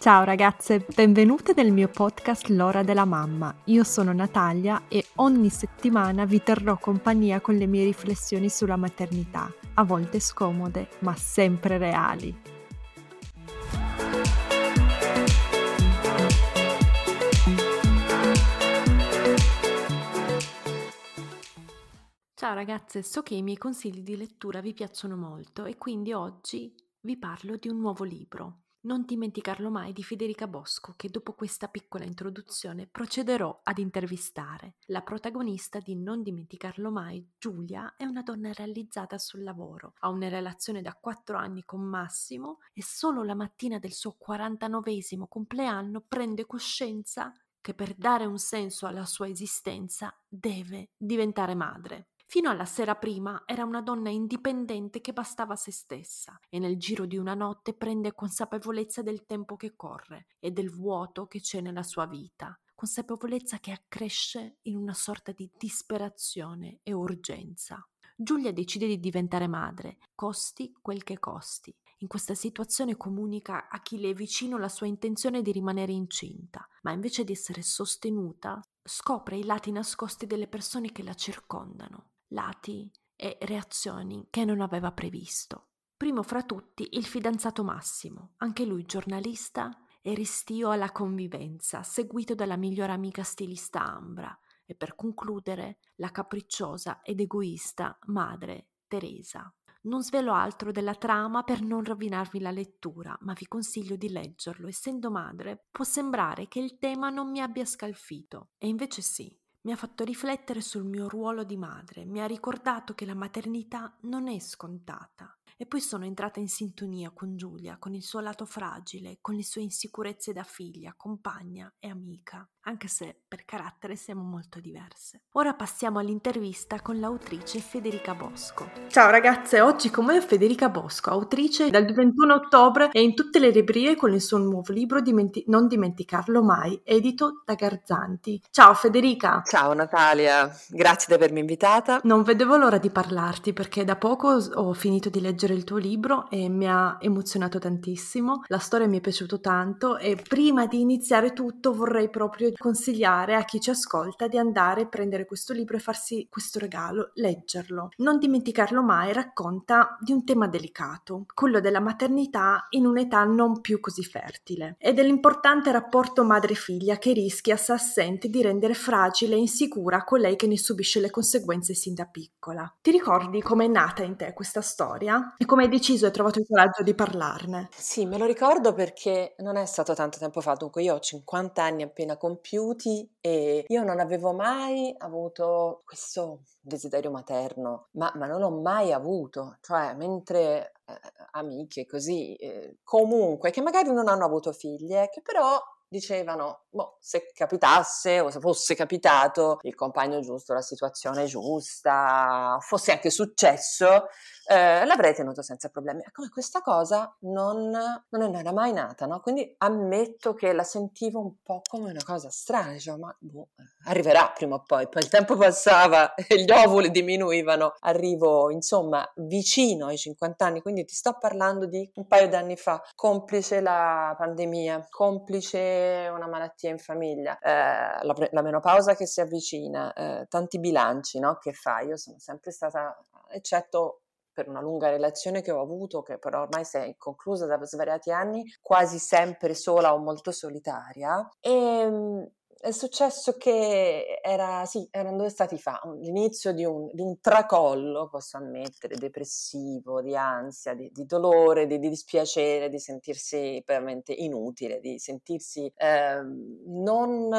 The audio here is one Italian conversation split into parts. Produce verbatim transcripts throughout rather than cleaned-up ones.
Ciao ragazze, benvenute nel mio podcast L'ora della mamma. Io sono Natalia e ogni settimana vi terrò compagnia con le mie riflessioni sulla maternità, a volte scomode, ma sempre reali. Ciao ragazze, so che i miei consigli di lettura vi piacciono molto e quindi oggi vi parlo di un nuovo libro. Non dimenticarlo mai di Federica Bosco, che dopo questa piccola introduzione procederò ad intervistare. La protagonista di Non dimenticarlo mai, Giulia, è una donna realizzata sul lavoro. Ha una relazione da quattro anni con Massimo e solo la mattina del suo quarantanovesimo compleanno prende coscienza che per dare un senso alla sua esistenza deve diventare madre. Fino alla sera prima era una donna indipendente che bastava a se stessa e nel giro di una notte prende consapevolezza del tempo che corre e del vuoto che c'è nella sua vita, consapevolezza che accresce in una sorta di disperazione e urgenza. Giulia decide di diventare madre, costi quel che costi. In questa situazione comunica a chi le è vicino la sua intenzione di rimanere incinta, ma invece di essere sostenuta, scopre i lati nascosti delle persone che la circondano, lati e reazioni che non aveva previsto. Primo fra tutti il fidanzato Massimo, anche lui giornalista e restio alla convivenza, seguito dalla migliore amica stilista Ambra, e per concludere la capricciosa ed egoista madre Teresa. Non svelo altro della trama per non rovinarvi la lettura, ma vi consiglio di leggerlo. Essendo madre, può sembrare che il tema non mi abbia scalfito, e invece sì. Mi ha fatto riflettere sul mio ruolo di madre, mi ha ricordato che la maternità non è scontata. E poi sono entrata in sintonia con Giulia, con il suo lato fragile, con le sue insicurezze da figlia, compagna e amica, anche se per carattere siamo molto diverse. Ora passiamo all'intervista con l'autrice Federica Bosco. Ciao ragazze, oggi con me è Federica Bosco, autrice dal ventuno ottobre e in tutte le librerie con il suo nuovo libro Dimenti- Non dimenticarlo mai, edito da Garzanti. Ciao Federica! Ciao Natalia, grazie di avermi invitata. Non vedevo l'ora di parlarti perché da poco ho finito di leggere il tuo libro e mi ha emozionato tantissimo, la storia mi è piaciuta tanto e prima di iniziare tutto vorrei proprio consigliare a chi ci ascolta di andare a prendere questo libro e farsi questo regalo, leggerlo. Non dimenticarlo mai racconta di un tema delicato, quello della maternità in un'età non più così fertile e dell'importante rapporto madre-figlia che rischia, se assente, di rendere fragile e insicura colei che ne subisce le conseguenze sin da piccola. Ti ricordi com'è nata in te questa storia? E come hai deciso e trovato il coraggio di parlarne? Sì, me lo ricordo perché non è stato tanto tempo fa, dunque io ho cinquanta anni appena compiuti e io non avevo mai avuto questo desiderio materno, ma, ma non l'ho mai avuto, cioè mentre eh, amiche così, eh, comunque, che magari non hanno avuto figlie, che però dicevano, boh, se capitasse o se fosse capitato il compagno giusto, la situazione giusta, fosse anche successo, eh, l'avrei tenuto senza problemi. Come questa cosa non, non era mai nata, no? Quindi ammetto che la sentivo un po' come una cosa strana, dicevo, ma boh, arriverà prima o poi, poi il tempo passava e gli ovuli diminuivano, arrivo insomma vicino ai cinquanta anni, quindi ti sto parlando di un paio d'anni fa, complice la pandemia, complice una malattia in famiglia, eh, la, la menopausa che si avvicina, eh, tanti bilanci, no, che fai? Io sono sempre stata, eccetto per una lunga relazione che ho avuto, che però ormai si è conclusa da svariati anni, quasi sempre sola o molto solitaria, e è successo che era, sì, erano due stati fa, l'inizio di un, di un tracollo, posso ammettere, depressivo, di ansia, di, di dolore, di, di dispiacere, di sentirsi veramente inutile, di sentirsi eh, non,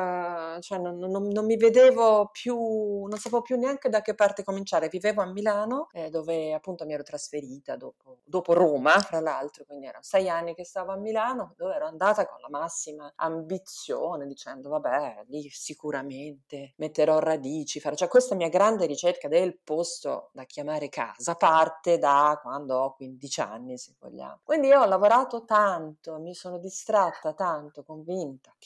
eh, cioè non, non, non mi vedevo più, non sapevo più neanche da che parte cominciare. Vivevo a Milano, eh, dove appunto mi ero trasferita dopo, dopo Roma, fra l'altro, quindi erano sei anni che stavo a Milano, dove ero andata con la massima ambizione, dicendo vabbè, lì sicuramente metterò radici, farò... cioè questa mia grande ricerca del posto da chiamare casa parte da quando ho quindici anni, se vogliamo. Quindi io ho lavorato tanto, mi sono distratta tanto, convinta che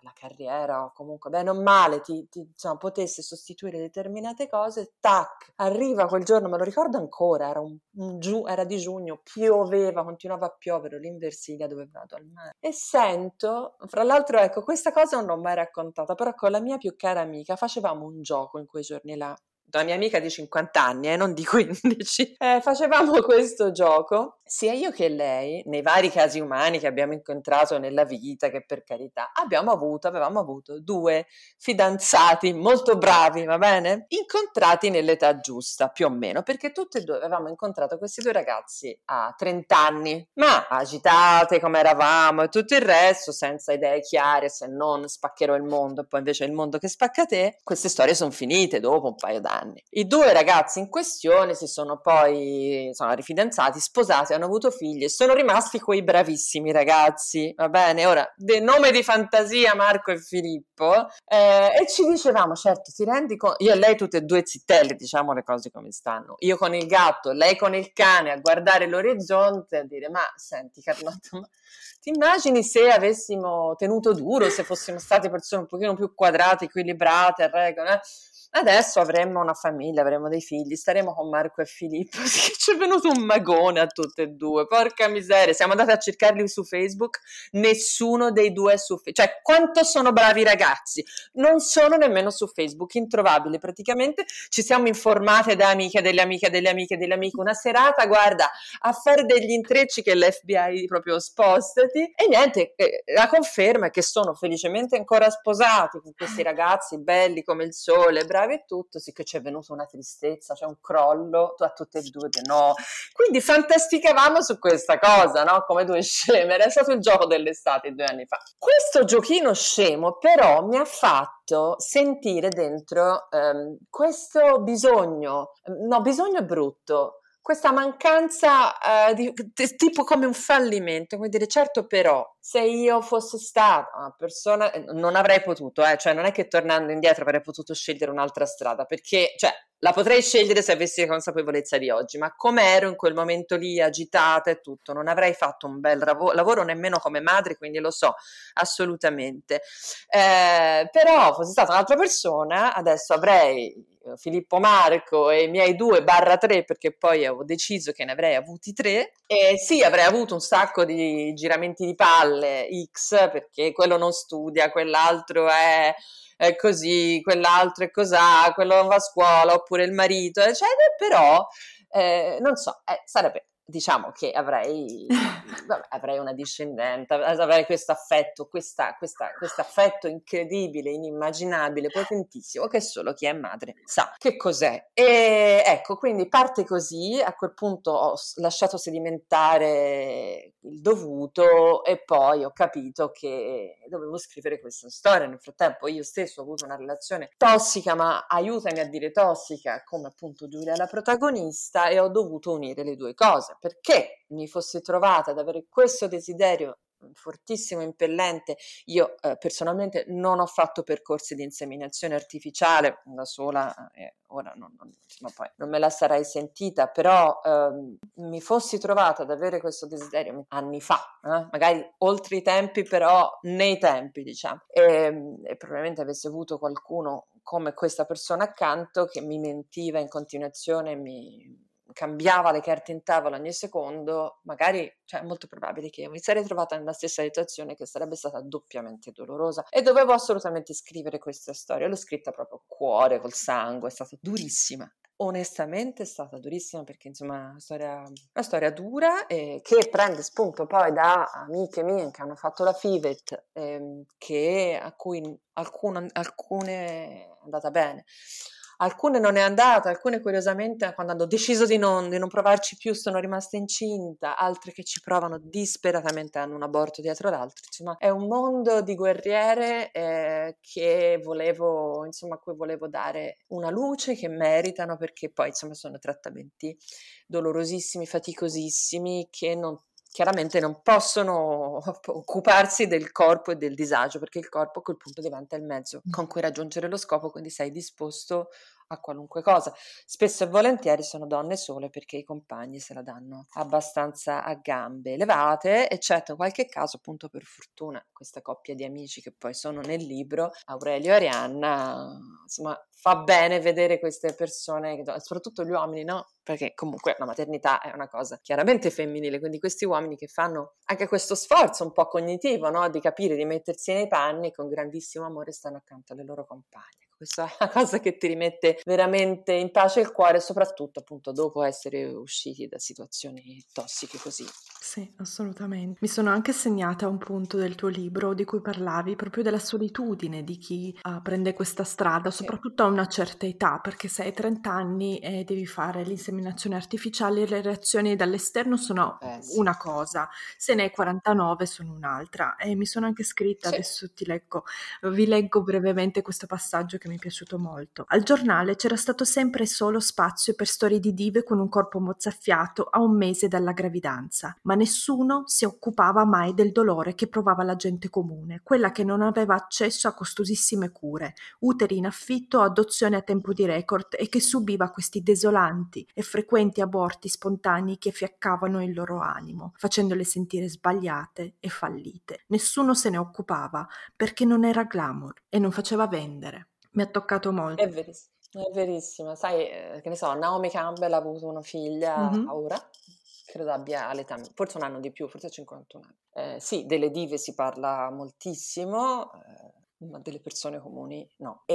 la carriera o comunque bene o male ti, ti insomma, potesse sostituire determinate cose, tac, arriva quel giorno, me lo ricordo ancora, era, un, un giu- era di giugno, pioveva, continuava a piovere lì in Versilia dove vado al mare, e sento, fra l'altro ecco, questa cosa non l'ho mai raccontata, però con la mia più cara amica facevamo un gioco in quei giorni là, la mia amica di cinquanta anni, eh, non di quindici, eh, facevamo questo gioco, sia io che lei, nei vari casi umani che abbiamo incontrato nella vita, che per carità, abbiamo avuto, avevamo avuto due fidanzati molto bravi, va bene? Incontrati nell'età giusta, più o meno, perché tutti e due avevamo incontrato questi due ragazzi a trenta anni, ma agitate come eravamo e tutto il resto, senza idee chiare, se non spaccherò il mondo e poi invece è il mondo che spacca te, queste storie sono finite dopo un paio d'anni. I due ragazzi in questione si sono poi sono rifidanzati, sposati, hanno avuto figli e sono rimasti quei bravissimi ragazzi, va bene? Ora, del nome di fantasia Marco e Filippo, eh, e ci dicevamo, certo, ti rendi conto, io e lei tutte e due zittelle, diciamo le cose come stanno, io con il gatto, lei con il cane a guardare l'orizzonte, a dire, ma senti Carlotta, ma ti immagini se avessimo tenuto duro, se fossimo state persone un pochino più quadrate, equilibrate, a regola, eh? Adesso avremmo una famiglia, avremo dei figli, staremo con Marco e Filippo, ci è venuto un magone a tutte e due, porca miseria, siamo andati a cercarli su Facebook, nessuno dei due è su Facebook, cioè quanto sono bravi ragazzi, non sono nemmeno su Facebook, introvabili praticamente, ci siamo informate da amiche delle amiche delle amiche delle amiche, una serata, guarda, a fare degli intrecci che l'F B I proprio spostati, e niente, eh, la conferma è che sono felicemente ancora sposati con questi ragazzi belli come il sole, bravi e tutto, sì che c'è venuta una tristezza, c'è un crollo a tutte e due, di no, quindi fantasticavamo su questa cosa, no? Come due sceme, era stato il gioco dell'estate due anni fa. Questo giochino scemo però mi ha fatto sentire dentro ehm, questo bisogno, no, bisogno è brutto, questa mancanza uh, di, di, tipo come un fallimento, come dire, certo però se io fossi stata una persona, non avrei potuto, eh, cioè non è che tornando indietro avrei potuto scegliere un'altra strada, perché cioè la potrei scegliere se avessi la consapevolezza di oggi, ma come ero in quel momento lì agitata e tutto, non avrei fatto un bel ravo- lavoro nemmeno come madre, quindi lo so assolutamente, eh, però fossi stata un'altra persona adesso avrei Filippo Marco e i miei due barra tre, perché poi avevo deciso che ne avrei avuti tre, e sì, avrei avuto un sacco di giramenti di palle X, perché quello non studia, quell'altro è, è così, quell'altro è cos'ha, quello non va a scuola, oppure il marito, eccetera, però eh, non so, eh, sarebbe, diciamo che avrei, vabbè, avrei una discendente, avrei questo affetto, questa, questa, questo affetto incredibile, inimmaginabile, potentissimo, che solo chi è madre sa che cos'è. E ecco, quindi parte così, a quel punto ho lasciato sedimentare il dovuto e poi ho capito che dovevo scrivere questa storia. Nel frattempo io stesso ho avuto una relazione tossica, ma aiutami a dire tossica, come appunto Giulia la protagonista, e ho dovuto unire le due cose, perché mi fossi trovata ad avere questo desiderio fortissimo, impellente. Io eh, personalmente non ho fatto percorsi di inseminazione artificiale da sola, eh, ora non, non, insomma, poi non me la sarei sentita, però ehm, mi fossi trovata ad avere questo desiderio anni fa, eh, magari oltre i tempi, però nei tempi, diciamo, e, e probabilmente avessi avuto qualcuno come questa persona accanto che mi mentiva in continuazione, mi cambiava le carte in tavola ogni secondo, magari, cioè è molto probabile che io mi sarei trovata nella stessa situazione, che sarebbe stata doppiamente dolorosa, e dovevo assolutamente scrivere questa storia. L'ho scritta proprio a cuore, col sangue, è stata durissima. Onestamente è stata durissima, perché insomma è una storia, una storia dura, eh, che prende spunto poi da amiche mie che hanno fatto la FIVET, eh, che, a cui alcune, alcune è andata bene, alcune non è andata, alcune curiosamente quando hanno deciso di non, di non provarci più sono rimaste incinta, altre che ci provano disperatamente hanno un aborto dietro l'altro. Insomma è un mondo di guerriere eh, che volevo, insomma, a cui volevo dare una luce che meritano, perché poi insomma sono trattamenti dolorosissimi, faticosissimi, che non chiaramente non possono occuparsi del corpo e del disagio, perché il corpo a quel punto diventa il mezzo con cui raggiungere lo scopo, quindi sei disposto a qualunque cosa. Spesso e volentieri sono donne sole perché i compagni se la danno abbastanza a gambe levate, eccetto in qualche caso, appunto per fortuna, questa coppia di amici che poi sono nel libro, Aurelio e Arianna, insomma fa bene vedere queste persone, soprattutto gli uomini, no? Perché comunque la maternità è una cosa chiaramente femminile, quindi questi uomini che fanno anche questo sforzo un po' cognitivo, no? Di capire, di mettersi nei panni e con grandissimo amore stanno accanto alle loro compagne. Questa è una cosa che ti rimette veramente in pace il cuore, soprattutto appunto dopo essere usciti da situazioni tossiche così. Sì, assolutamente. Mi sono anche segnata un punto del tuo libro di cui parlavi, proprio della solitudine di chi uh, prende questa strada, Sì. soprattutto a una certa età, perché se hai trenta anni e devi fare l'inseminazione artificiale, le reazioni dall'esterno sono Eh, sì. una cosa, se ne hai quarantanove sono un'altra. E mi sono anche scritta, Sì. adesso ti leggo, vi leggo brevemente questo passaggio che mi è piaciuto molto. Al giornale c'era stato sempre solo spazio per storie di dive con un corpo mozzafiato a un mese dalla gravidanza, ma nessuno si occupava mai del dolore che provava la gente comune, quella che non aveva accesso a costosissime cure, uteri in affitto o adozioni a tempo di record e che subiva questi desolanti e frequenti aborti spontanei che fiaccavano il loro animo, facendole sentire sbagliate e fallite. Nessuno se ne occupava perché non era glamour e non faceva vendere. Mi ha toccato molto. È verissimo. È verissimo, sai, eh, che ne so, Naomi Campbell ha avuto una figlia Mhm. ora, credo abbia all'età, forse un anno di più, forse cinquantuno anni. Eh, sì, delle dive si parla moltissimo, eh, ma delle persone comuni no.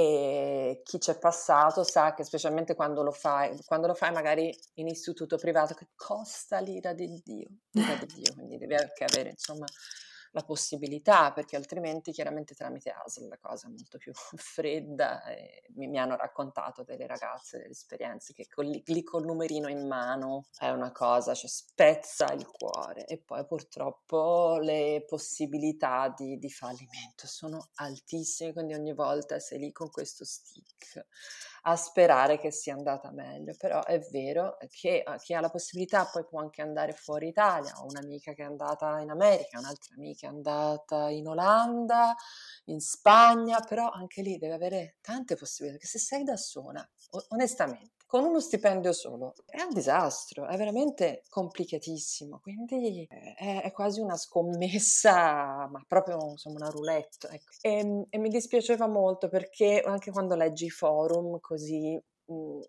E chi c'è passato sa che specialmente quando lo fai, quando lo fai magari in istituto privato, che costa l'ira di Dio, l'ira di Dio, quindi devi anche avere insomma la possibilità, perché altrimenti chiaramente tramite A S L la cosa è molto più fredda. E mi, mi hanno raccontato delle ragazze, delle esperienze che con, lì, lì col numerino in mano è una cosa, cioè spezza il cuore, e poi purtroppo le possibilità di, di fallimento sono altissime, quindi ogni volta sei lì con questo stick a sperare che sia andata meglio. Però è vero che chi ha la possibilità poi può anche andare fuori Italia. Ho un'amica che è andata in America, un'altra amica è andata in Olanda, in Spagna, però anche lì deve avere tante possibilità, perché se sei da sola, onestamente, con uno stipendio solo, è un disastro, è veramente complicatissimo, quindi è, è quasi una scommessa, ma proprio insomma una roulette, ecco. E, e mi dispiaceva molto perché anche quando leggi i forum così, mh,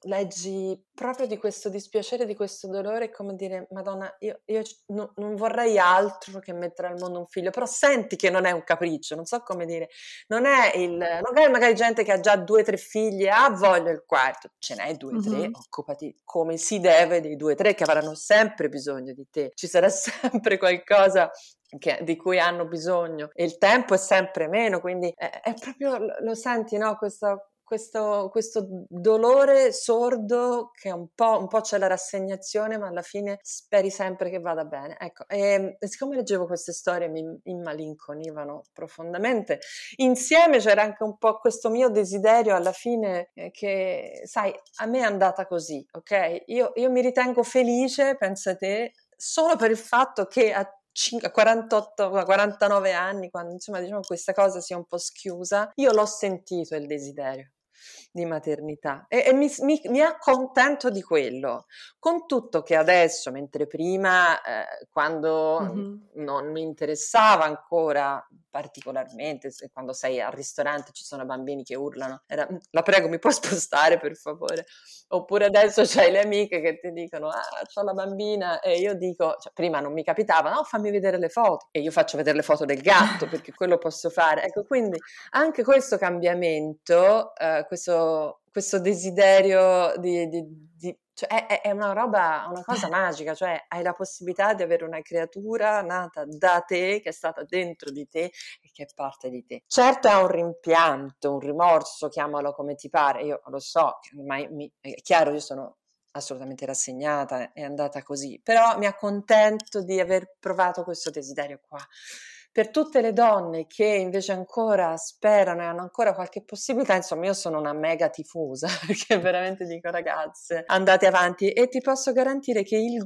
leggi proprio di questo dispiacere, di questo dolore, come dire, Madonna, io, io no, non vorrei altro che mettere al mondo un figlio, però senti che non è un capriccio, non so come dire, non è il, magari, magari gente che ha già due o tre figli, ah voglio il quarto, ce n'hai due o tre, Mhm. occupati come si deve dei due o tre che avranno sempre bisogno di te, ci sarà sempre qualcosa che, di cui hanno bisogno, e il tempo è sempre meno, quindi è, è proprio, lo senti, no, questo Questo, questo dolore sordo che un po', un po' c'è la rassegnazione, ma alla fine speri sempre che vada bene. Ecco, e, e siccome leggevo queste storie mi immalinconivano profondamente. Insieme c'era anche un po' questo mio desiderio alla fine, eh, che, sai, a me è andata così, ok? Io, io mi ritengo felice, pensa te, solo per il fatto che a quarantotto quarantanove anni, quando insomma diciamo questa cosa sia un po' schiusa, io l'ho sentito il desiderio di maternità e, e mi, mi, mi accontento di quello, con tutto che adesso, mentre prima, eh, quando Mhm. non mi interessava ancora particolarmente, se quando sei al ristorante ci sono bambini che urlano, era, la prego mi puoi spostare per favore, oppure adesso c'hai le amiche che ti dicono ah c'ho la bambina, e io dico, cioè, prima non mi capitava, no fammi vedere le foto, e io faccio vedere le foto del gatto perché quello posso fare, ecco, quindi anche questo cambiamento, eh, questo, questo desiderio di, di, di cioè è, è una roba, una cosa magica, cioè hai la possibilità di avere una creatura nata da te, che è stata dentro di te e che è parte di te. Certo è un rimpianto, un rimorso, chiamalo come ti pare, io lo so, ormai mi, è chiaro, io sono assolutamente rassegnata, è andata così, però mi accontento di aver provato questo desiderio qua. Per tutte le donne che invece ancora sperano e hanno ancora qualche possibilità, insomma io sono una mega tifosa, perché veramente dico ragazze, andate avanti, e ti posso garantire che il gruppo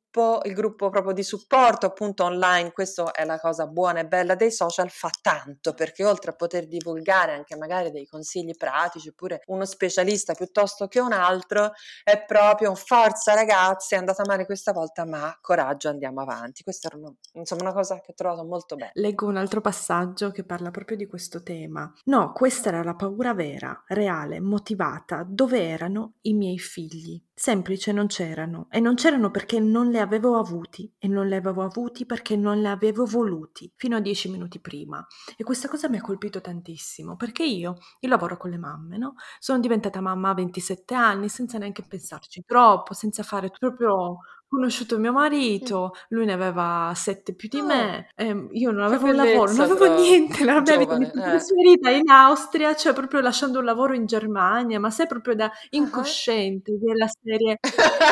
gruppo, il gruppo proprio di supporto appunto online. Questo è la cosa buona e bella dei social, fa tanto, perché oltre a poter divulgare anche magari dei consigli pratici oppure uno specialista piuttosto che un altro, è proprio un forza ragazzi, è andata male questa volta ma coraggio, andiamo avanti. Questa era una, insomma una cosa che ho trovato molto bella. Leggo un altro passaggio che parla proprio di questo tema. No, questa era la paura vera, reale, motivata. Dove erano i miei figli? Semplice, non c'erano. E non c'erano perché non li avevo avuti. E non li avevo avuti perché non li avevo voluti. Fino a dieci minuti prima. E questa cosa mi ha colpito tantissimo. Perché io, io lavoro con le mamme, no? Sono diventata mamma a ventisette anni, senza neanche pensarci troppo, senza fare proprio... Ho conosciuto mio marito, lui ne aveva sette più di Oh, me, ehm, io non che avevo un lavoro, non bellezza avevo però, niente nella mia vita, mi giovane, sono eh. trasferita in Austria, cioè proprio lasciando un lavoro in Germania, ma sai proprio da Ah. incosciente, della serie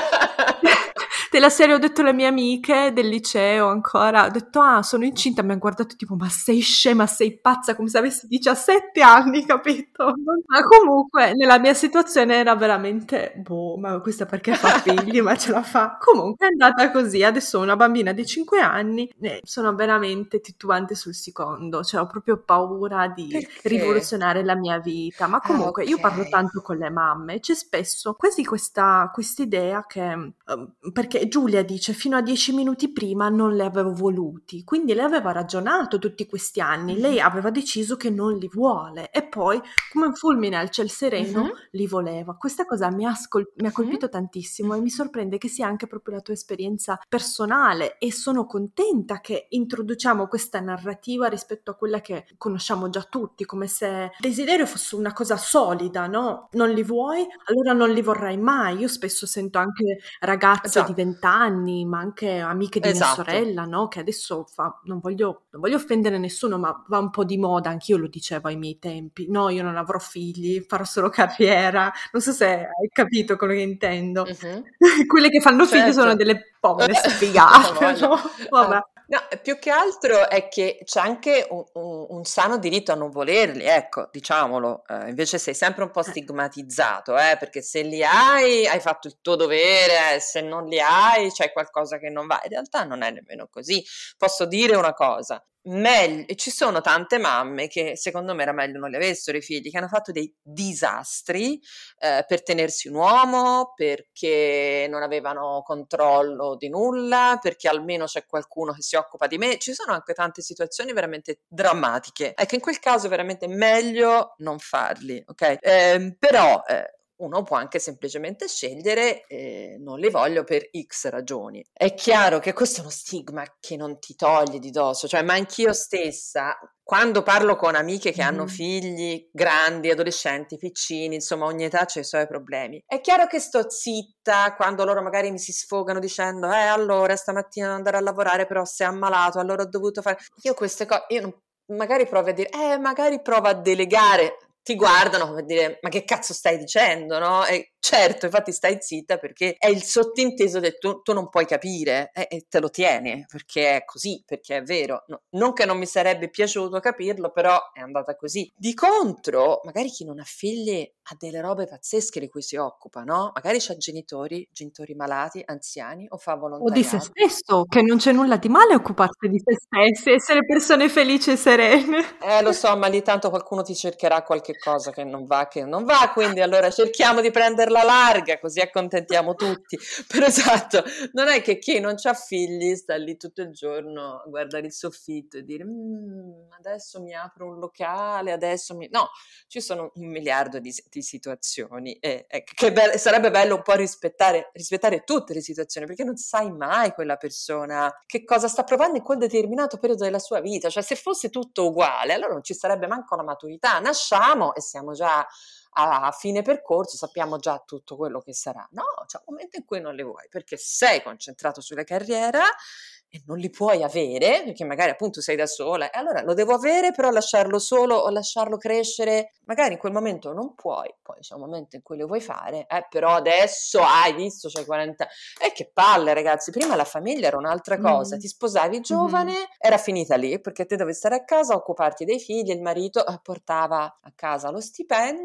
della serie ho detto alle mie amiche del liceo ancora, ho detto ah sono incinta, mi hanno guardato tipo ma sei scema, sei pazza, come se avessi diciassette anni, capito? Ma comunque nella mia situazione era veramente boh, ma questa perché fa figli, ma ce la fa? Comunque è andata così, adesso ho una bambina di cinque anni e sono veramente titubante sul secondo, cioè ho proprio paura di Perché? rivoluzionare la mia vita, ma Ah, comunque io parlo ok. tanto con le mamme, c'è spesso quasi questa idea che, um, perché Giulia dice fino a dieci minuti prima non li avevo voluti, quindi lei aveva ragionato tutti questi anni, Mhm. lei aveva deciso che non li vuole e poi come un fulmine al ciel sereno Mhm. li voleva. Questa cosa mi ha, scol- mi ha Mhm. colpito tantissimo e mi sorprende che sia anche proprio la tua esperienza personale e sono contenta che introduciamo questa narrativa rispetto a quella che conosciamo già tutti, come se il desiderio fosse una cosa solida, no? Non li vuoi? Allora non li vorrai mai. Io spesso sento anche ragazze di Già, vent'anni, ma anche amiche di mia esatto. sorella, no? Che adesso fa, non voglio, non voglio offendere nessuno, ma va un po' di moda, anch'io lo dicevo ai miei tempi. No, io non avrò figli, farò solo carriera. Non so se hai capito quello che intendo. Mhm. Quelle che fanno figli sono Certo. delle povere Ha sfigate, voglia. no? Vabbè. Eh, no, più che altro è che c'è anche un, un- un sano diritto a non volerli, ecco, diciamolo. Eh, invece sei sempre un po' Eh. stigmatizzato, eh, perché se li hai, hai fatto il tuo dovere, eh, se non li hai, c'è qualcosa che non va. In realtà non è nemmeno così. Posso dire una cosa. Meglio, e ci sono tante mamme che secondo me era meglio non li avessero i figli, che hanno fatto dei disastri eh, per tenersi un uomo, perché non avevano controllo di nulla, perché almeno c'è qualcuno che si occupa di me. Ci sono anche tante situazioni veramente drammatiche. Ecco, in quel caso è veramente meglio non farli, ok? Eh, però eh, uno può anche semplicemente scegliere eh, non li voglio per X ragioni. È chiaro che questo è uno stigma che non ti toglie di dosso, cioè ma anch'io stessa quando parlo con amiche che hanno Mhm. figli grandi, adolescenti, piccini, insomma ogni età c'ha i suoi problemi. È chiaro che sto zitta quando loro magari mi si sfogano dicendo eh allora stamattina devo andare a lavorare però se è ammalato allora ho dovuto fare... Io queste cose, io non, magari provo a dire eh magari prova a delegare, ti guardano come dire ma che cazzo stai dicendo, no? E certo, infatti stai zitta perché è il sottinteso che tu, tu non puoi capire eh, e te lo tieni perché è così, perché è vero. No, non che non mi sarebbe piaciuto capirlo, però è andata così. Di contro, magari chi non ha figli ha delle robe pazzesche di cui si occupa, no? Magari c'ha genitori, genitori malati, anziani o fa O di se volontariato. stesso, che non c'è nulla di male occuparsi di se stessi, essere persone felici e serene. Eh, lo so, ma lì tanto qualcuno ti cercherà qualche cosa che non va, che non va, quindi allora cerchiamo di prenderla larga, così accontentiamo tutti. Però esatto, non è che chi non ha figli sta lì tutto il giorno a guardare il soffitto e dire "Mm, adesso mi apro un locale, adesso mi... No, ci sono un miliardo di, di situazioni e, e che be- sarebbe bello un po' rispettare, rispettare tutte le situazioni, perché non sai mai quella persona che cosa sta provando in quel determinato periodo della sua vita, cioè se fosse tutto uguale, allora non ci sarebbe manco la maturità. Nasciamo e siamo già a fine percorso, sappiamo già tutto quello che sarà. No, c'è un momento in cui non li vuoi perché sei concentrato sulla carriera e non li puoi avere perché magari appunto sei da sola e allora lo devo avere però lasciarlo solo o lasciarlo crescere, magari in quel momento non puoi, poi c'è un momento in cui lo vuoi fare, eh, però adesso hai visto, c'hai quaranta e eh, che palle ragazzi, prima la famiglia era un'altra cosa, Mh. ti sposavi giovane, Mh-mh. era finita lì perché te dovevi stare a casa, occuparti dei figli, il marito eh, portava a casa lo stipendio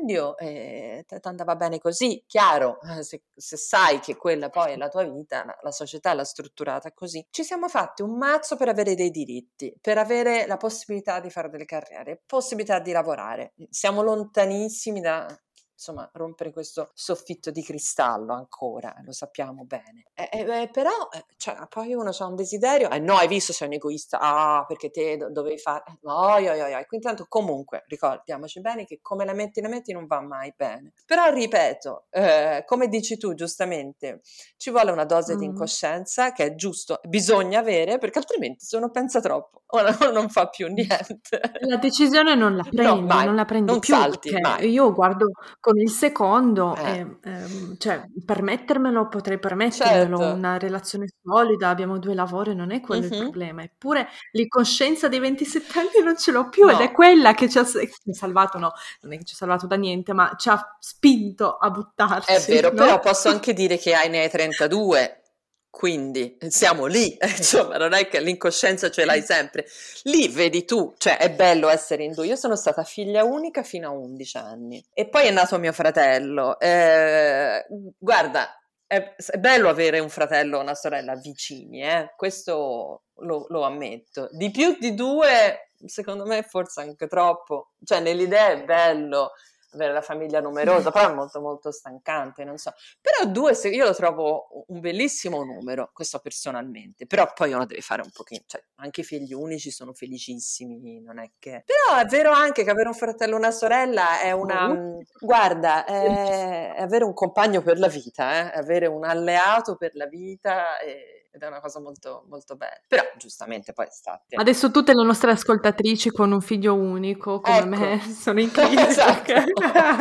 e ti andava bene così, chiaro, se, se sai che quella poi è la tua vita, la, la società l'ha strutturata così. Ci siamo fatti un mazzo per avere dei diritti, per avere la possibilità di fare delle carriere, possibilità di lavorare. Siamo lontanissimi da... insomma, rompere questo soffitto di cristallo ancora, lo sappiamo bene. Eh, eh, però, eh, cioè, poi uno ha un desiderio, eh no, hai visto, sei un egoista, ah, perché te do- dovevi fare, eh, no, io, io, io. Quindi tanto comunque, ricordiamoci bene che come la metti, la metti non va mai bene. Però, ripeto, eh, come dici tu, giustamente, ci vuole una dose di Mm. incoscienza che è giusto, bisogna avere, perché altrimenti se uno pensa troppo, uno non fa più niente. La decisione non la No, prendi, mai, non la prendi non più, salti, perché mai. io guardo con il secondo Eh. e, ehm, cioè, permettermelo potrei permettermelo, Certo. una relazione solida, abbiamo due lavori, non è quello il Mhm. problema. Eppure l'incoscienza dei ventisette anni non ce l'ho più ed è No, quella che ci ha, se- ci ha salvato, no, non è che ci ha salvato da niente, ma ci ha spinto a è buttarci, vero, però no? posso anche dire che hai ne hai trentadue, quindi siamo lì, insomma, non è che l'incoscienza ce l'hai sempre. Lì vedi tu, cioè è bello essere in due. Io sono stata figlia unica fino a undici anni e poi è nato mio fratello. Eh, guarda, è, è bello avere un fratello o una sorella vicini, eh? Questo lo, lo ammetto. Di più di due, secondo me, forse anche troppo. Cioè, nell'idea è bello avere la famiglia numerosa, però è molto molto stancante, non so. Però due, se- io lo trovo un bellissimo numero, questo personalmente, però poi uno deve fare un pochino, cioè anche i figli unici sono felicissimi, non è che... Però è vero anche che avere un fratello o una sorella è una... Oh. mh, guarda, è, è avere un compagno per la vita, eh? È avere un alleato per la vita e- ed è una cosa molto molto bella. Però giustamente poi state... Adesso tutte le nostre ascoltatrici con un figlio unico come me Ecco, sono in crisi esatto. perché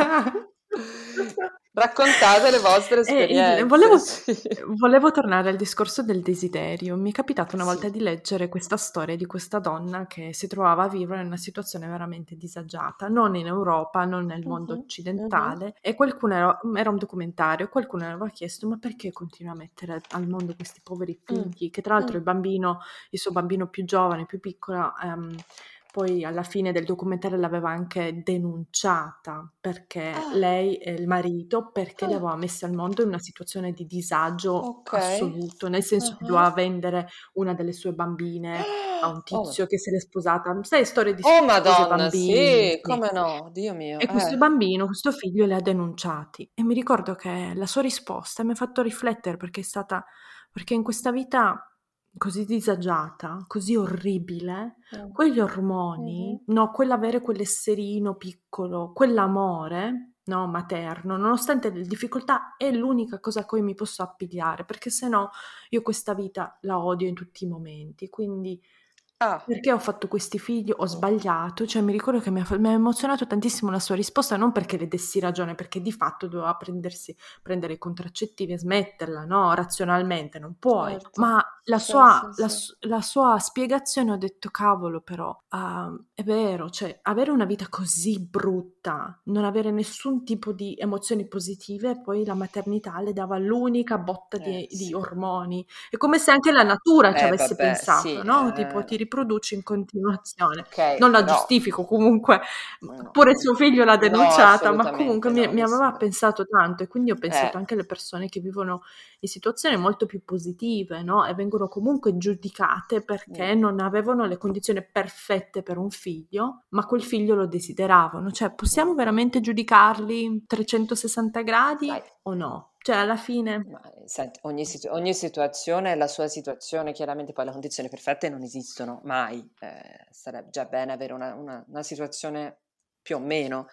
Raccontate le vostre Eh, il- esperienze, volevo, sì. volevo tornare al discorso del desiderio. Mi è capitato una volta Sì. di leggere questa storia di questa donna che si trovava a vivere in una situazione veramente disagiata, non in Europa, non nel mondo Mhm, mhm. occidentale, e qualcuno era, era un documentario, qualcuno aveva chiesto: ma perché continua a mettere al mondo questi poveri Mm, figli? Che tra l'altro mm. il bambino, il suo bambino più giovane, più piccolo, ehm, poi alla fine del documentario l'aveva anche denunciata perché Ah, lei e il marito, perché li ah, aveva messi al mondo in una situazione di disagio ok. assoluto, nel senso che Ah. doveva vendere una delle sue bambine a un Oh, tizio che se l'è sposata, sai, storie di oh spose Madonna, bambini, sì, sì. come no, Dio mio, E questo eh. bambino, questo figlio li ha denunciati e mi ricordo che la sua risposta mi ha fatto riflettere perché è stata, perché in questa vita così disagiata, così orribile, Mm, quegli mhm. ormoni, no, quell'avere quell'esserino piccolo, quell'amore, no, materno, nonostante le difficoltà, è l'unica cosa a cui mi posso appigliare, perché se no io questa vita la odio in tutti i momenti, quindi Ah, perché ho fatto questi figli? Ho sbagliato? Cioè, mi ricordo che mi ha, fa- mi ha emozionato tantissimo la sua risposta, non perché le dessi ragione, perché di fatto doveva prendersi, prendere i contraccettivi e smetterla, no? Razionalmente non puoi. certo. Ma la Sì, sua, sì, la, sì. su- la sua spiegazione ho detto, cavolo, però, ah, è vero, cioè, avere una vita così brutta, non avere nessun tipo di emozioni positive, poi la maternità le dava l'unica botta Eh, di, di sì. ormoni. È come se anche la natura ci Eh, avesse vabbè, sì, pensato, no? Tipo eh, ti riproduci in continuazione. ok, Non la però... giustifico, comunque No, pure suo figlio l'ha no, denunciata, ma comunque assolutamente mi, no, mi mi aveva sembra. pensato tanto e quindi ho Eh, pensato anche alle persone che vivono in situazioni molto più positive, no? E vengono comunque giudicate perché mm, non avevano le condizioni perfette per un figlio, ma quel figlio lo desideravano. Cioè, possiamo mm. veramente giudicarli trecentosessanta gradi Dai. o no? Cioè, alla fine... Ma, ehm, senti, ogni situ ogni situazione è la sua situazione, chiaramente poi le condizioni perfette non esistono mai, ehm, sarebbe già bene avere una una una situazione più o meno,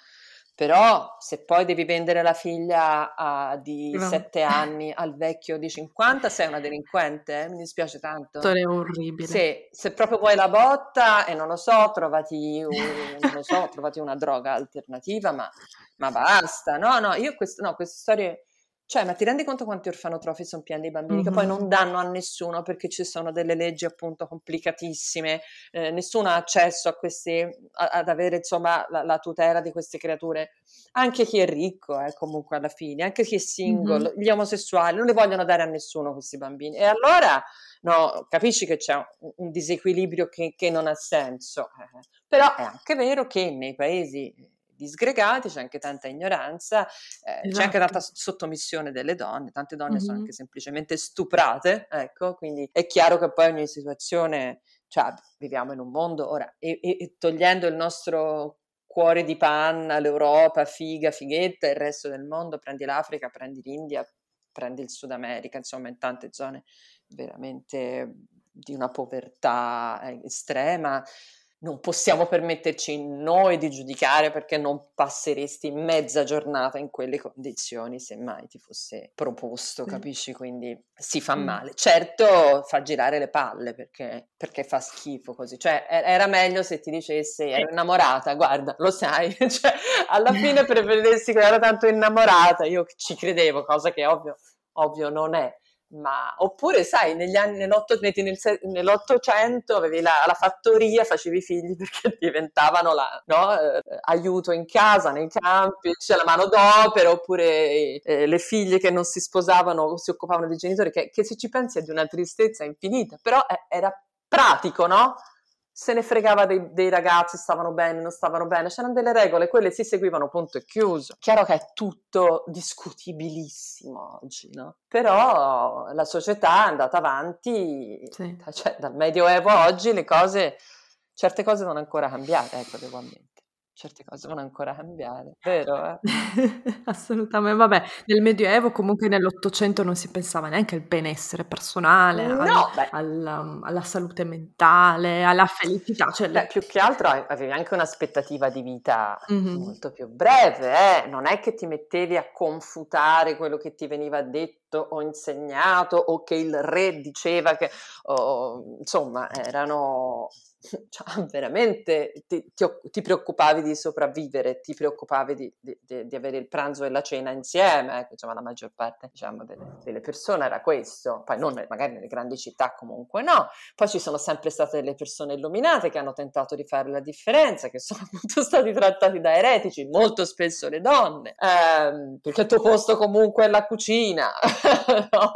però se poi devi vendere la figlia a di No. sette anni al vecchio di cinquanta, sei una delinquente, eh, mi dispiace tanto. Storia orribile. Se se proprio vuoi la botta e non lo so, trovati u non lo so, trovati una droga alternativa, ma ma basta. No, no, io quest no, queste storie cioè, ma ti rendi conto quanti orfanotrofi son pieni di bambini che poi Mhm. non danno a nessuno perché ci sono delle leggi appunto complicatissime, ehm, nessuno ha accesso a questi a ad avere insomma la la tutela di queste creature. Anche chi è ricco, eh, comunque alla fine, anche chi è Mhm. single, gli omosessuali, non li vogliono dare a nessuno questi bambini. E allora, no, capisci che c'è un un disequilibrio che che non ha senso. Eh, eh. Però è anche vero che nei paesi disgregati, c'è anche tanta ignoranza, eh, Esatto. c'è anche tanta sottomissione delle donne, tante donne mm-hmm. sono anche semplicemente stuprate, ecco, quindi è chiaro che poi ogni situazione, cioè viviamo in un mondo ora, e, e, e togliendo il nostro cuore di panna, l'Europa, figa, fighetta, il resto del mondo, prendi l'Africa, prendi l'India, prendi il Sud America, insomma in tante zone veramente di una povertà estrema, non possiamo permetterci noi di giudicare perché non passeresti mezza giornata in quelle condizioni se mai ti fosse proposto, sì. Capisci? Quindi si fa mm. male. Certo fa girare le palle perché, perché fa schifo così, cioè era meglio se ti dicesse ero innamorata, guarda, lo sai, cioè, alla fine preferiresti che ero tanto innamorata, io ci credevo, cosa che ovvio, ovvio non è. Ma oppure sai negli anni nell'Ottocento avevi la, la fattoria, facevi figli perché diventavano la, no, eh, aiuto in casa, nei campi, c'è la manodopera, oppure eh, le figlie che non si sposavano si occupavano dei genitori, che, che se ci pensi è di una tristezza infinita, però eh, era pratico, no? Se ne fregava dei, dei ragazzi, stavano bene, non stavano bene, c'erano delle regole, quelle si seguivano, punto e chiuso. Chiaro che è tutto discutibilissimo oggi, no? Però la società è andata avanti, sì. Cioè dal Medioevo a oggi le cose, certe cose sono ancora cambiate, ecco, devo ammettere. Certe cose devono ancora cambiare, vero? Eh? Assolutamente, vabbè, nel Medioevo comunque nell'Ottocento non si pensava neanche al benessere personale, no, al, al, alla salute mentale, alla felicità. Cioè beh, le... più che altro avevi anche un'aspettativa di vita mm-hmm. molto più breve, eh? Non è che ti mettevi a confutare quello che ti veniva detto o insegnato o che il re diceva che, oh, insomma, erano... Cioè, veramente ti, ti, ti preoccupavi di sopravvivere, ti preoccupavi di, di, di, di avere il pranzo e la cena insieme, ecco, insomma la maggior parte diciamo, delle, delle persone era questo, poi non magari nelle grandi città comunque no, poi ci sono sempre state delle persone illuminate che hanno tentato di fare la differenza, che sono appunto stati trattati da eretici, molto spesso le donne, ehm, perché il tuo posto comunque è la cucina, no?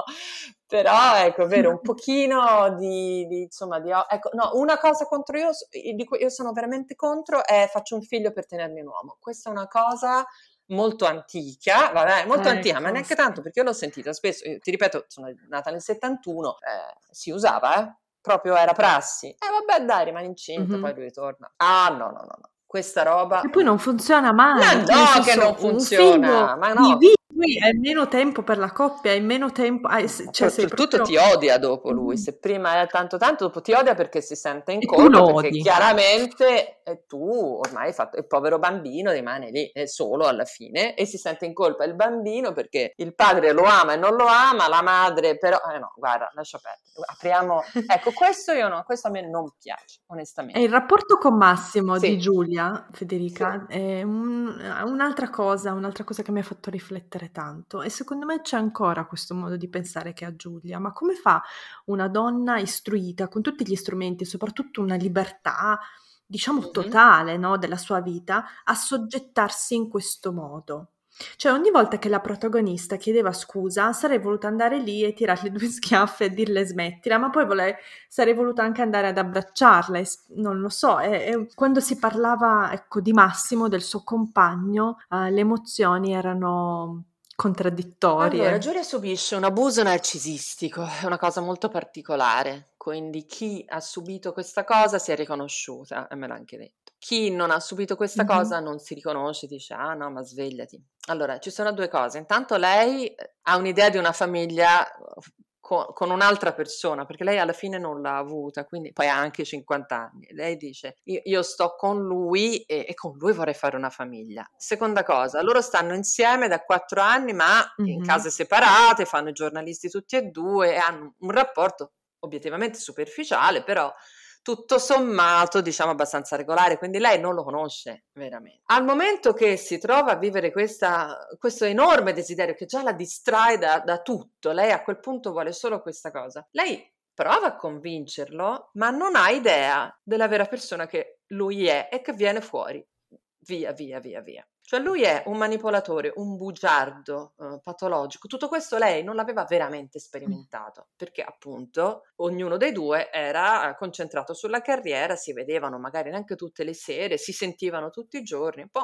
Però ecco, è vero, un pochino di, di insomma, di, ecco, no, una cosa contro io, di cui io sono veramente contro è faccio un figlio per tenermi un uomo. Questa è una cosa molto antica, vabbè, molto ecco. antica, ma neanche tanto, perché io l'ho sentita spesso, io, ti ripeto, sono nata nel settantuno, eh, si usava, eh, proprio era prassi. Eh vabbè dai, rimani incinta, mm-hmm. poi lui ritorna. Ah no, no, no, no. Questa roba... E poi non funziona mai. Ma no, senso, che non funziona, ma no. Lui hai meno tempo per la coppia, hai meno tempo, hai, cioè soprattutto proprio... ti odia dopo lui, se prima è tanto tanto dopo ti odia perché si sente in colpa, perché odi. chiaramente eh, tu ormai hai fatto, il povero bambino rimane lì eh, solo alla fine e si sente in colpa il bambino perché il padre lo ama e non lo ama, la madre però, eh no, guarda, lascia perdere, apriamo, ecco questo io no, questo a me non piace, onestamente. E il rapporto con Massimo sì. di Giulia, Federica, sì. è un, un'altra cosa, un'altra cosa che mi ha fatto riflettere tanto e secondo me c'è ancora questo modo di pensare che ha Giulia, ma come fa una donna istruita con tutti gli strumenti, soprattutto una libertà diciamo mm-hmm. totale, no, della sua vita, a soggettarsi in questo modo? Cioè ogni volta che la protagonista chiedeva scusa sarei voluta andare lì e tirarle due schiaffi e dirle smettila, ma poi volevo, sarei voluta anche andare ad abbracciarla e, non lo so, e, e quando si parlava ecco di Massimo, del suo compagno, uh, le emozioni erano contraddittorie. Allora, Giulia subisce un abuso narcisistico, è una cosa molto particolare, quindi chi ha subito questa cosa si è riconosciuta, e me l'ha anche detto. Chi non ha subito questa mm-hmm. cosa non si riconosce, dice ah no ma svegliati. Allora, ci sono due cose, intanto lei ha un'idea di una famiglia con, con un'altra persona, perché lei alla fine non l'ha avuta, quindi poi ha anche cinquanta anni, lei dice io, io sto con lui e, e con lui vorrei fare una famiglia. Seconda cosa, loro stanno insieme da quattro anni ma mm-hmm. in case separate, fanno i giornalisti tutti e due e hanno un rapporto obiettivamente superficiale, però tutto sommato diciamo abbastanza regolare, quindi lei non lo conosce veramente. Al momento che si trova a vivere questa, questo enorme desiderio che già la distrae da, da tutto, lei a quel punto vuole solo questa cosa, lei prova a convincerlo ma non ha idea della vera persona che lui è e che viene fuori via via via via. Cioè lui è un manipolatore, un bugiardo eh, patologico, tutto questo lei non l'aveva veramente sperimentato, perché appunto ognuno dei due era concentrato sulla carriera, si vedevano magari neanche tutte le sere, si sentivano tutti i giorni, un po' una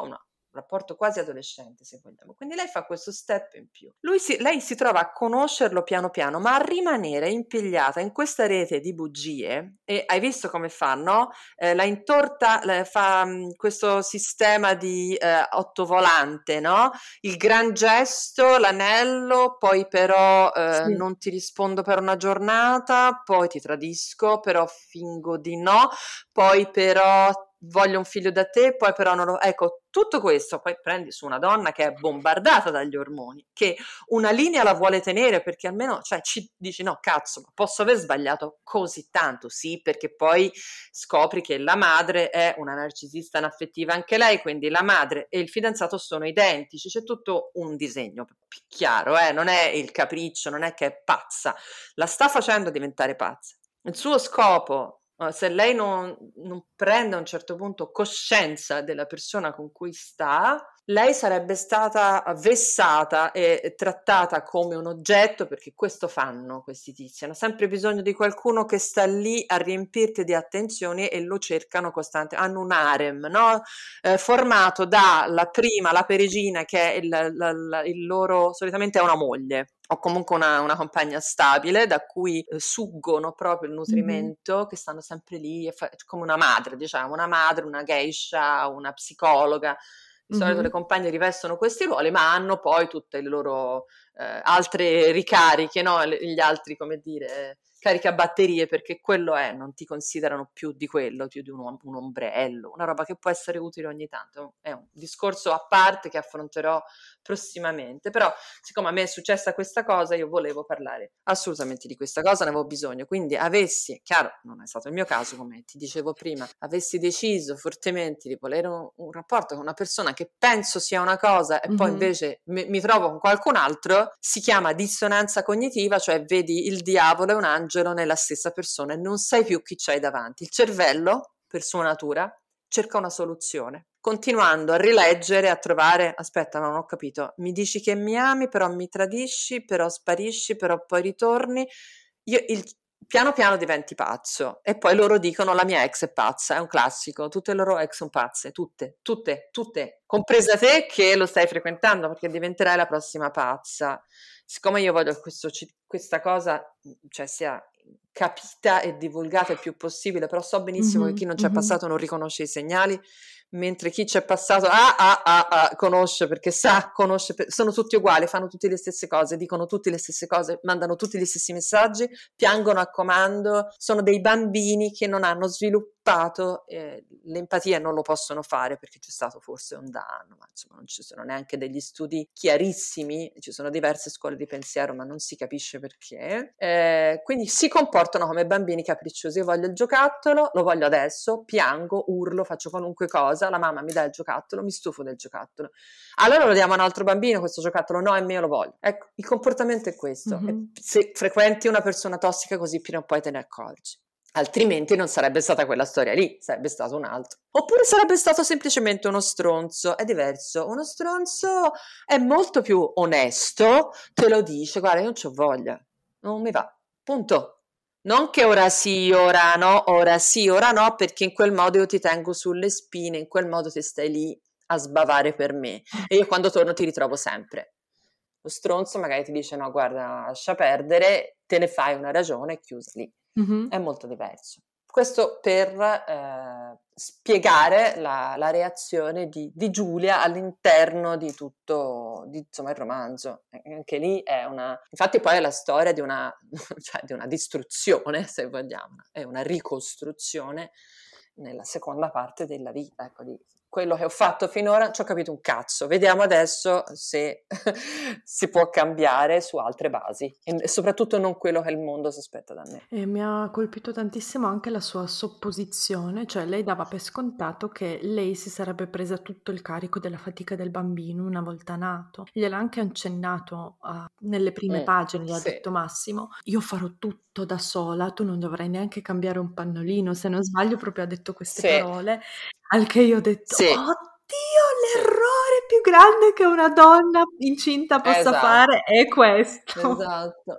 rapporto quasi adolescente, se vogliamo. Quindi lei fa questo step in più. Lui si, lei si trova a conoscerlo piano piano, ma a rimanere impigliata in questa rete di bugie. E hai visto come fa, no? Eh, la intorta, la, fa mh, questo sistema di eh, ottovolante, no? Il gran gesto, l'anello, poi però eh, Sì. non ti rispondo per una giornata, poi ti tradisco, però fingo di no, poi però voglio un figlio da te, poi però non lo... Ecco, tutto questo, poi prendi su una donna che è bombardata dagli ormoni, che una linea la vuole tenere perché almeno, cioè, ci dici no, cazzo, ma posso aver sbagliato così tanto? Sì, perché poi scopri che la madre è una narcisista inaffettiva anche lei, quindi la madre e il fidanzato sono identici, c'è tutto un disegno chiaro, eh? Non è il capriccio, non è che è pazza, la sta facendo diventare pazza. Il suo scopo, se lei non, non prende a un certo punto coscienza della persona con cui sta, lei sarebbe stata vessata e trattata come un oggetto, perché questo fanno questi tizi, hanno sempre bisogno di qualcuno che sta lì a riempirti di attenzioni e lo cercano costante, hanno un harem, no? Eh, formato dalla prima, la perigina, che è il, la, la, il loro, solitamente è una moglie, o comunque una, una compagna stabile da cui eh, suggono proprio il nutrimento, mm-hmm. che stanno sempre lì, fa- come una madre, diciamo, una madre, una geisha, una psicologa. Di solito mm-hmm. le compagne rivestono questi ruoli, ma hanno poi tutte le loro eh, altre ricariche, no? Gli altri, come dire, caricabatterie, perché quello è, non ti considerano più di quello, più di un, un ombrello, una roba che può essere utile ogni tanto. È un discorso a parte che affronterò prossimamente, però siccome a me è successa questa cosa, io volevo parlare assolutamente di questa cosa, ne avevo bisogno, quindi avessi, chiaro, non è stato il mio caso, come ti dicevo prima, avessi deciso fortemente di volere un, un rapporto con una persona che penso sia una cosa e mm-hmm. poi invece mi, mi trovo con qualcun altro, si chiama dissonanza cognitiva, cioè vedi il diavolo e un angelo nella stessa persona e non sai più chi c'hai davanti. Il cervello, per sua natura, cerca una soluzione, continuando a rileggere, a trovare, aspetta, non ho capito, mi dici che mi ami, però mi tradisci, però sparisci, però poi ritorni, io il piano piano diventi pazzo e poi loro dicono la mia ex è pazza, è un classico, tutte le loro ex sono pazze, tutte, tutte, tutte, compresa te che lo stai frequentando perché diventerai la prossima pazza. Siccome io voglio che questo, questa cosa, cioè, sia capita e divulgata il più possibile, però so benissimo mm-hmm, che chi non c'è mm-hmm. passato non riconosce i segnali, mentre chi c'è passato ah, ah, ah, ah, conosce perché sa, conosce, sono tutti uguali, fanno tutte le stesse cose, dicono tutte le stesse cose, mandano tutti gli stessi messaggi, piangono a comando, sono dei bambini che non hanno sviluppato eh, l'empatia e non lo possono fare perché c'è stato forse un danno, ma insomma non ci sono neanche degli studi chiarissimi, ci sono diverse scuole di pensiero ma non si capisce perché, eh, quindi si comportano come bambini capricciosi. Io voglio il giocattolo, lo voglio adesso, piango, urlo, faccio qualunque cosa, la mamma mi dà il giocattolo, mi stufo del giocattolo, allora lo diamo a un altro bambino questo giocattolo, no è mio, lo voglio. Ecco, il comportamento è questo, mm-hmm. e se frequenti una persona tossica così prima o poi te ne accorgi, altrimenti non sarebbe stata quella storia lì, sarebbe stato un altro, oppure sarebbe stato semplicemente uno stronzo. È diverso, uno stronzo è molto più onesto, te lo dice, guarda io non c'ho voglia, non mi va, punto. Non che ora sì, ora no, ora sì, ora no, perché in quel modo io ti tengo sulle spine, in quel modo ti stai lì a sbavare per me e io quando torno ti ritrovo sempre. Lo stronzo magari ti dice no, guarda, lascia perdere, te ne fai una ragione e chiusa lì. Mm-hmm. È molto diverso. Questo per eh, spiegare la, la reazione di, di Giulia all'interno di tutto, di, insomma, il romanzo. Anche lì è una... Infatti poi è la storia di una, cioè di una distruzione, se vogliamo, è una ricostruzione nella seconda parte della vita, ecco, di quello che ho fatto finora, ci ho capito un cazzo, vediamo adesso se si può cambiare su altre basi e soprattutto non quello che il mondo si aspetta da me. E mi ha colpito tantissimo anche la sua supposizione, cioè lei dava per scontato che lei si sarebbe presa tutto il carico della fatica del bambino una volta nato, gliel'ha anche accennato uh, nelle prime mm, pagine, gli ha sì. detto Massimo, io farò tutto da sola, tu non dovrai neanche cambiare un pannolino, se non sbaglio proprio ha detto queste sì. parole. Al che io ho detto, sì. oddio, l'errore più grande che una donna incinta possa esatto. fare è questo. Esatto.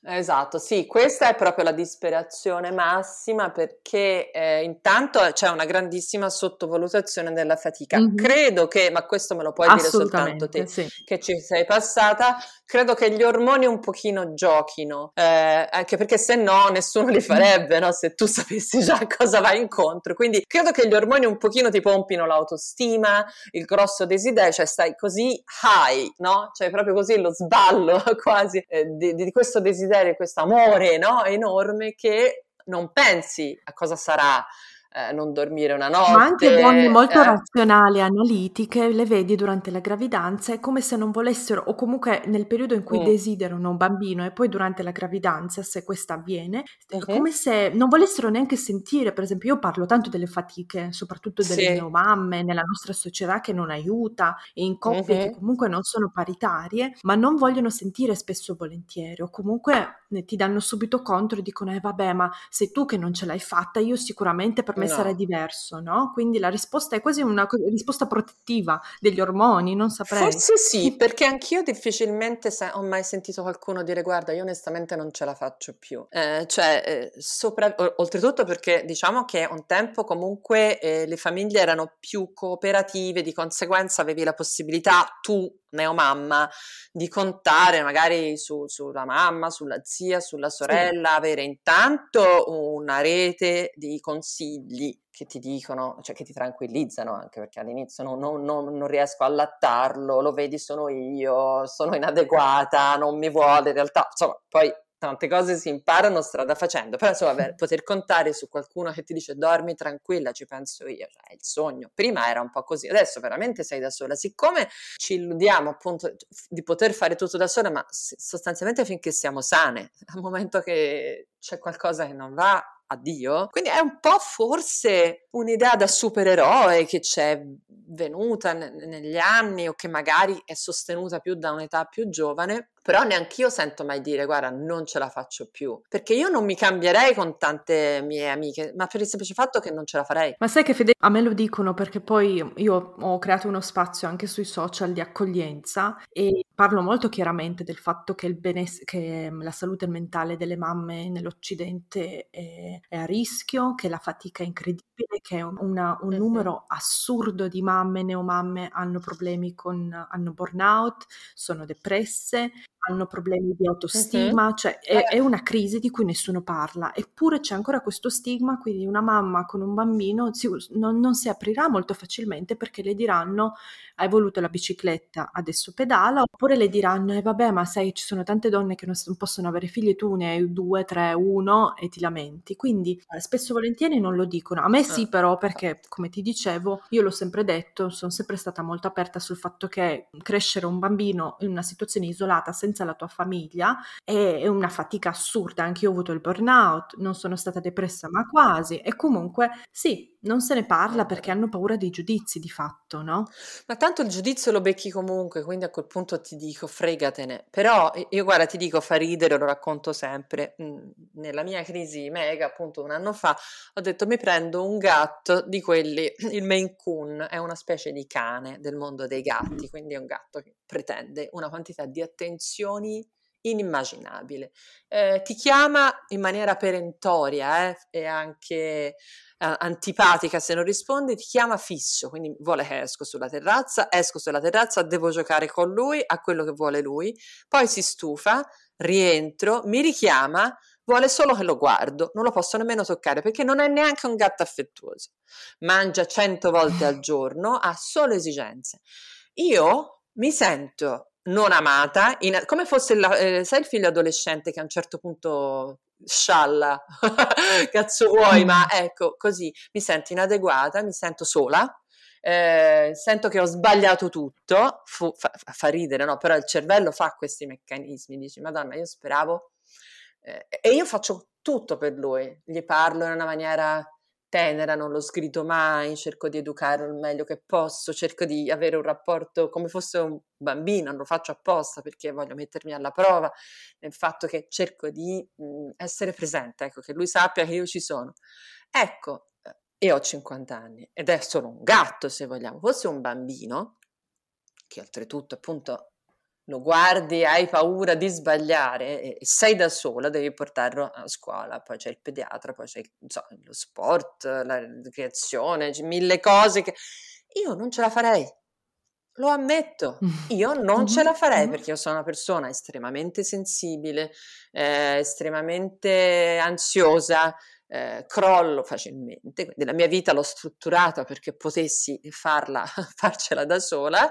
Esatto, sì, questa è proprio la disperazione massima perché eh, intanto c'è una grandissima sottovalutazione della fatica. Mh-mh. Credo che, ma questo me lo puoi dire soltanto Assolutamente, te sì. che ci sei passata, credo che gli ormoni un pochino giochino, eh, anche perché se no nessuno li farebbe, no? Se tu sapessi già a cosa vai incontro. Quindi credo che gli ormoni un pochino ti pompino l'autostima, il grosso desiderio, cioè stai così high, no? Cioè proprio così lo sballo quasi eh, di, di questo desiderio, questo amore, no? Enorme che non pensi a cosa sarà eh, non dormire una Ma anche donne notte, molto eh? razionali e analitiche, le vedi durante la gravidanza, è come se non volessero o comunque nel periodo in cui Mm. desiderano un bambino e poi durante la gravidanza, se questa avviene, Uh-huh. come se non volessero neanche sentire, per esempio io parlo tanto delle fatiche, soprattutto delle Sì. neomamme, nella nostra società che non aiuta e in coppie che Uh-huh. comunque non sono paritarie, ma non vogliono sentire spesso e volentieri o comunque eh, ti danno subito contro e dicono eh vabbè ma sei tu che non ce l'hai fatta, io sicuramente per me sarà No. diverso, no? Quindi la risposta è quasi una co- risposta protettiva degli ormoni, non saprei. Forse sì, perché anch'io difficilmente se- ho mai sentito qualcuno dire guarda, io onestamente non ce la faccio più. Eh, cioè, eh, sopra- o- oltretutto perché diciamo che un tempo comunque eh, le famiglie erano più cooperative, di conseguenza avevi la possibilità tu, neomamma, di contare magari su- sulla mamma, sulla zia, sulla Sì. sorella, avere intanto una rete di consigli che ti dicono, cioè che ti tranquillizzano anche perché all'inizio no, no, no, non riesco a allattarlo, lo vedi sono io, sono inadeguata, non mi vuole, in realtà insomma poi tante cose si imparano strada facendo, però insomma beh, poter contare su qualcuno che ti dice dormi tranquilla, ci penso io, cioè, è il sogno. Prima era un po' così, adesso veramente sei da sola, siccome ci illudiamo appunto di poter fare tutto da sola, ma sostanzialmente finché siamo sane, al momento che c'è qualcosa che non va, addio. Quindi è un po' forse un'idea da supereroe che c'è venuta ne- negli anni o che magari è sostenuta più da un'età più giovane, però neanch'io sento mai dire guarda non ce la faccio più, perché io non mi cambierei con tante mie amiche, ma per il semplice fatto che non ce la farei. Ma sai che Fede, a me lo dicono perché poi io ho creato uno spazio anche sui social di accoglienza e parlo molto chiaramente del fatto che, il beness- che la salute mentale delle mamme nell'Occidente è, è a rischio, che la fatica è incredibile, che un, una- un Mhm. numero assurdo di mamme, neomamme hanno problemi con, hanno burnout, sono depresse, hanno problemi di Mhm. autostima, cioè è, è Eh, una crisi di cui nessuno parla, eppure c'è ancora questo stigma, quindi una mamma con un bambino si- non, non si aprirà molto facilmente perché le diranno hai voluto la bicicletta, adesso pedala, oppure le diranno, eh vabbè, ma sai, ci sono tante donne che non, s- non possono avere figli, tu ne hai due, tre, uno e ti lamenti. Quindi eh, spesso e volentieri non lo dicono. A me sì, eh, però, perché come ti dicevo, io l'ho sempre detto, sono sempre stata molto aperta sul fatto che crescere un bambino in una situazione isolata senza la tua famiglia è, è una fatica assurda. Anche io ho avuto il burnout, non sono stata depressa, ma quasi. E comunque sì, non se ne parla perché hanno paura dei giudizi di fatto, no? Ma tanto il giudizio lo becchi comunque, quindi a quel punto ti dico fregatene. Però i- io guarda, ti dico, fa ridere, lo racconto sempre. Mm, Nella mia crisi mega, appunto un anno fa, ho detto mi prendo un gatto di quelli, il Maine Coon è una specie di cane del mondo dei gatti, quindi è un gatto che pretende una quantità di attenzioni inimmaginabile. Eh, ti chiama in maniera perentoria, eh, e anche a- antipatica se non rispondi, ti chiama fisso, quindi vuole che esco sulla terrazza, esco sulla terrazza, devo giocare con lui a quello che vuole lui, poi si stufa, rientro, mi richiama, vuole solo che lo guardo, non lo posso nemmeno toccare perché non è neanche un gatto affettuoso, mangia cento volte al giorno, ha solo esigenze. Io mi sento non amata, in- come fosse la- eh, sai il figlio adolescente che a un certo punto scialla, cazzo vuoi, ma Mm. ecco, così mi sento inadeguata, mi sento sola, eh, sento che ho sbagliato tutto, fu- fa, fa ridere, no? Però il cervello fa questi meccanismi, dici, Madonna, io speravo, eh, e io faccio tutto per lui, gli parlo in una maniera tenera, non lo sgrido mai, cerco di educarlo il meglio che posso, cerco di avere un rapporto come fosse un bambino, non lo faccio apposta perché voglio mettermi alla prova nel fatto che cerco di mh, essere presente, ecco, che lui sappia che io ci sono. Ecco, eh, e ho cinquanta anni ed è solo un gatto se vogliamo, fosse un bambino, che oltretutto appunto lo guardi, hai paura di sbagliare e sei da sola, devi portarlo a scuola, poi c'è il pediatra, poi c'è insomma, lo sport, la ricreazione, c'è mille cose che io non ce la farei, lo ammetto, io non ce la farei perché io sono una persona estremamente sensibile, eh, estremamente ansiosa, eh, crollo facilmente, quindi la mia vita l'ho strutturata perché potessi farla, farcela da sola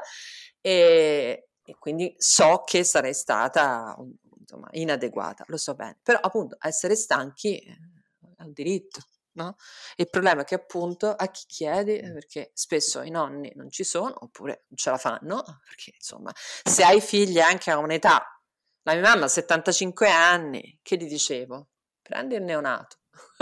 e, e quindi so che sarei stata insomma, inadeguata, lo so bene, però appunto essere stanchi è un diritto. No? Il problema è che appunto a chi chiedi, perché spesso i nonni non ci sono oppure non ce la fanno, perché insomma se hai figli anche a un'età, la mia mamma ha settantacinque anni, che gli dicevo? Prendi il neonato,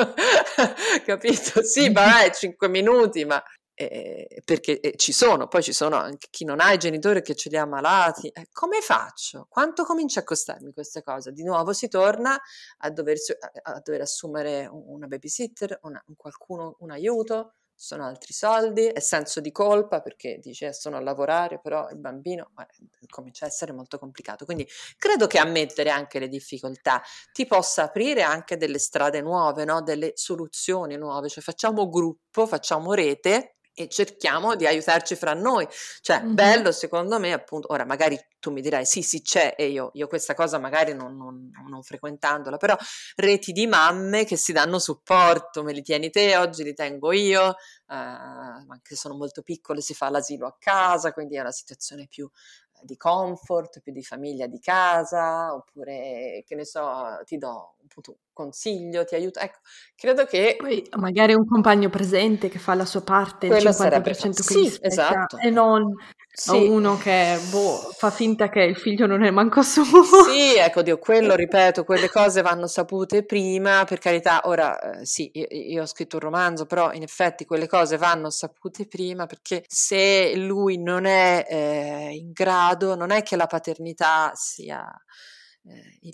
capito? Sì, vai, cinque minuti, ma eh, perché eh, ci sono, poi ci sono anche chi non ha i genitori che ce li ha malati, eh, come faccio? Quanto comincia a costarmi queste cose? Di nuovo si torna a, doversi, a, a dover assumere una babysitter, una, qualcuno, un aiuto, sono altri soldi e senso di colpa perché dice eh, sono a lavorare, però il bambino eh, comincia a essere molto complicato. Quindi credo che ammettere anche le difficoltà ti possa aprire anche delle strade nuove, no? Delle soluzioni nuove, cioè facciamo gruppo, facciamo rete e cerchiamo di aiutarci fra noi, cioè mm-hmm. bello secondo me appunto, ora magari tu mi dirai sì sì c'è e io, io questa cosa magari non, non, non frequentandola, però reti di mamme che si danno supporto, me li tieni te, oggi li tengo io, eh, anche se sono molto piccole si fa l'asilo a casa, quindi è una situazione più di comfort, più di famiglia di casa, oppure che ne so, ti do un consiglio, ti aiuto, ecco, credo che poi magari un compagno presente che fa la sua parte, il cinquanta per cento che sì, gli spetta, esatto. e non sì. uno che boh, fa finta che il figlio non è manco suo. Sì, ecco, Dio, quello, ripeto, quelle cose vanno sapute prima, per carità, ora eh, sì, io, io ho scritto un romanzo, però in effetti quelle cose vanno sapute prima perché se lui non è eh, in grado, non è che la paternità sia eh, il,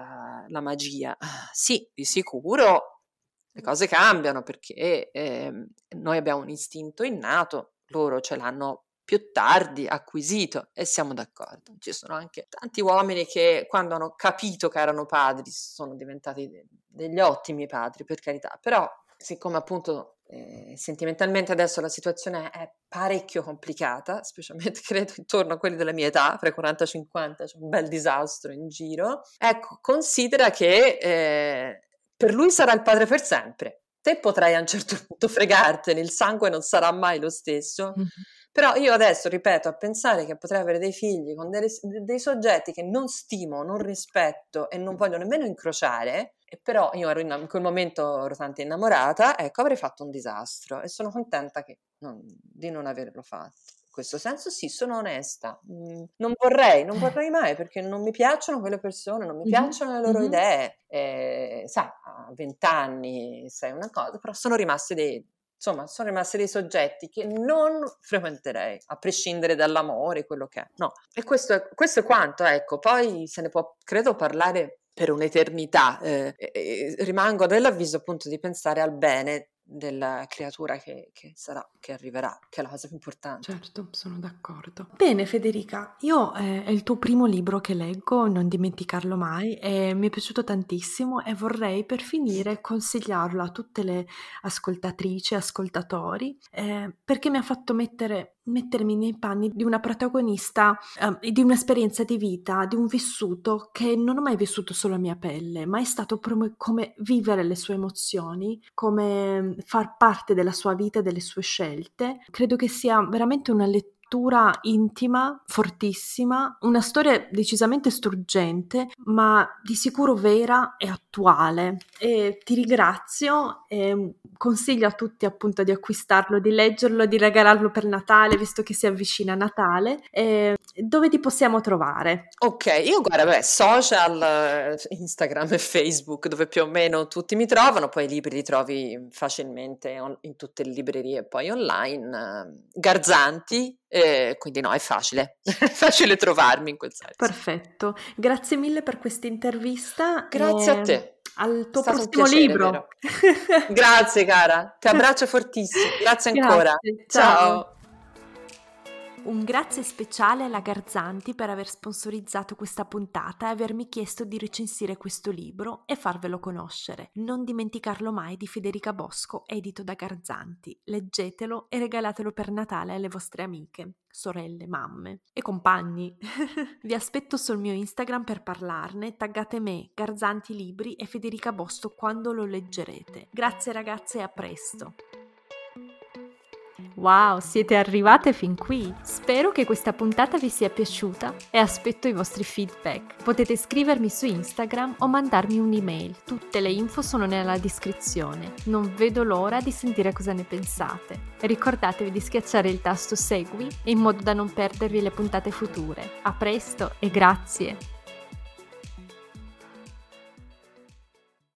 la magia, sì, di sicuro le cose cambiano perché eh, noi abbiamo un istinto innato, loro ce l'hanno più tardi acquisito e siamo d'accordo. Ci sono anche tanti uomini che quando hanno capito che erano padri sono diventati de- degli ottimi padri, per carità, però siccome appunto eh, sentimentalmente adesso la situazione è parecchio complicata, specialmente credo intorno a quelli della mia età, fra i quaranta e i cinquanta, c'è un bel disastro in giro, ecco, considera che eh, per lui sarà il padre per sempre. Te potrai a un certo punto fregartene, il sangue non sarà mai lo stesso, mm-hmm. Però io adesso, ripeto, a pensare che potrei avere dei figli con dei, dei soggetti che non stimo, non rispetto e non voglio nemmeno incrociare, e però io ero in, in quel momento ero tanto innamorata, ecco, avrei fatto un disastro e sono contenta che non, di non averlo fatto. In questo senso sì, sono onesta. Mm, non vorrei, non vorrei mai perché non mi piacciono quelle persone, non mi mm-hmm. piacciono le loro mm-hmm. idee. Eh, sai, a vent'anni sei una cosa, però sono rimasti dei... Insomma, sono rimasti dei soggetti che non frequenterei, a prescindere dall'amore, quello che è. No, e questo è, questo è quanto, ecco. Poi se ne può, credo, parlare per un'eternità. Eh, eh, rimango dell'avviso appunto di pensare al bene della creatura che, che sarà, che arriverà, che è la cosa più importante. Certo, sono d'accordo. Bene Federica, io eh, è il tuo primo libro che leggo, non dimenticarlo mai, e mi è piaciuto tantissimo e vorrei per finire consigliarlo a tutte le ascoltatrici, ascoltatori, eh, perché mi ha fatto mettere, mettermi nei panni di una protagonista, eh, di un'esperienza di vita, di un vissuto che non ho mai vissuto solo a mia pelle, ma è stato come, come vivere le sue emozioni, come far parte della sua vita e delle sue scelte. Credo che sia veramente una lettura intima, fortissima, una storia decisamente struggente, ma di sicuro vera e attuale. E ti ringrazio e consiglio a tutti appunto di acquistarlo, di leggerlo, di regalarlo per Natale, visto che si avvicina Natale. E dove ti possiamo trovare? Ok, io guarda, beh, social, Instagram e Facebook, dove più o meno tutti mi trovano, poi i libri li trovi facilmente on- in tutte le librerie e poi online, eh, Garzanti, eh, quindi no, è facile, è facile trovarmi in quel senso. Perfetto, grazie mille per questa intervista. Grazie a te. Al tuo È stato prossimo un piacere, libro. Vero? Grazie cara, ti abbraccio fortissimo, grazie ancora. Grazie, ciao. Ciao. Un grazie speciale alla Garzanti per aver sponsorizzato questa puntata e avermi chiesto di recensire questo libro e farvelo conoscere. Non dimenticarlo mai di Federica Bosco, edito da Garzanti. Leggetelo e regalatelo per Natale alle vostre amiche, sorelle, mamme e compagni. Vi aspetto sul mio Instagram per parlarne, taggate me, Garzanti Libri e Federica Bosco quando lo leggerete. Grazie ragazze e a presto! Wow, siete arrivate fin qui! Spero che questa puntata vi sia piaciuta e aspetto i vostri feedback. Potete scrivermi su Instagram o mandarmi un'email, tutte le info sono nella descrizione. Non vedo l'ora di sentire cosa ne pensate. Ricordatevi di schiacciare il tasto segui in modo da non perdervi le puntate future. A presto e grazie!